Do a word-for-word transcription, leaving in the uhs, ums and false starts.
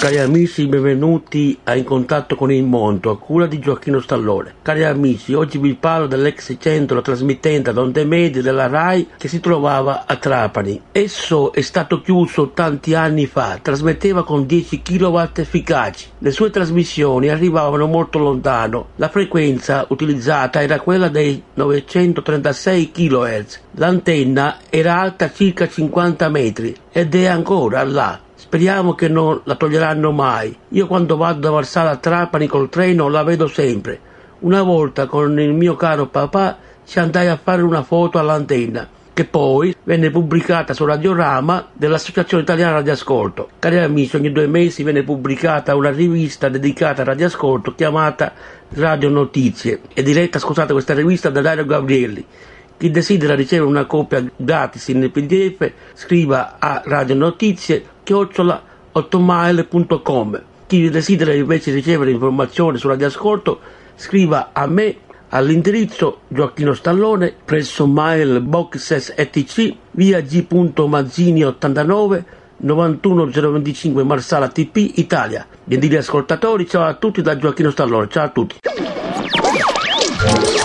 cari amici, benvenuti a In Contatto con il Mondo, a cura di Gioacchino Stallone. Cari amici, oggi vi parlo dell'ex centro trasmittente ad onde medie della RAI che si trovava a Trapani. Esso è stato chiuso tanti anni fa, trasmetteva con dieci chilowatt efficaci. Le sue trasmissioni arrivavano molto lontano. La frequenza utilizzata era quella dei novecentotrentasei chilohertz. L'antenna era alta circa cinquanta metri ed è ancora là. Speriamo che non la toglieranno mai. Io quando vado da Marsala a Trapani col treno la vedo sempre. Una volta con il mio caro papà ci andai a fare una foto all'antenna, che poi venne pubblicata su Radiorama dell'Associazione Italiana Radioascolto. Cari amici, ogni due mesi viene pubblicata una rivista dedicata al radioascolto chiamata Radio Notizie. È diretta, scusate, questa rivista da Dario Gabrielli. Chi desidera ricevere una copia gratis in P D F scriva a radionotizie chiocciola otto mile punto com. Chi desidera invece ricevere informazioni su radioascolto scriva a me all'indirizzo Gioacchino Stallone presso Mail Boxes E T C, via G. Mazzini ottantanove novantuno zero venticinque Marsala T P Italia. Gentili ascoltatori, ciao a tutti da Gioacchino Stallone, ciao a tutti.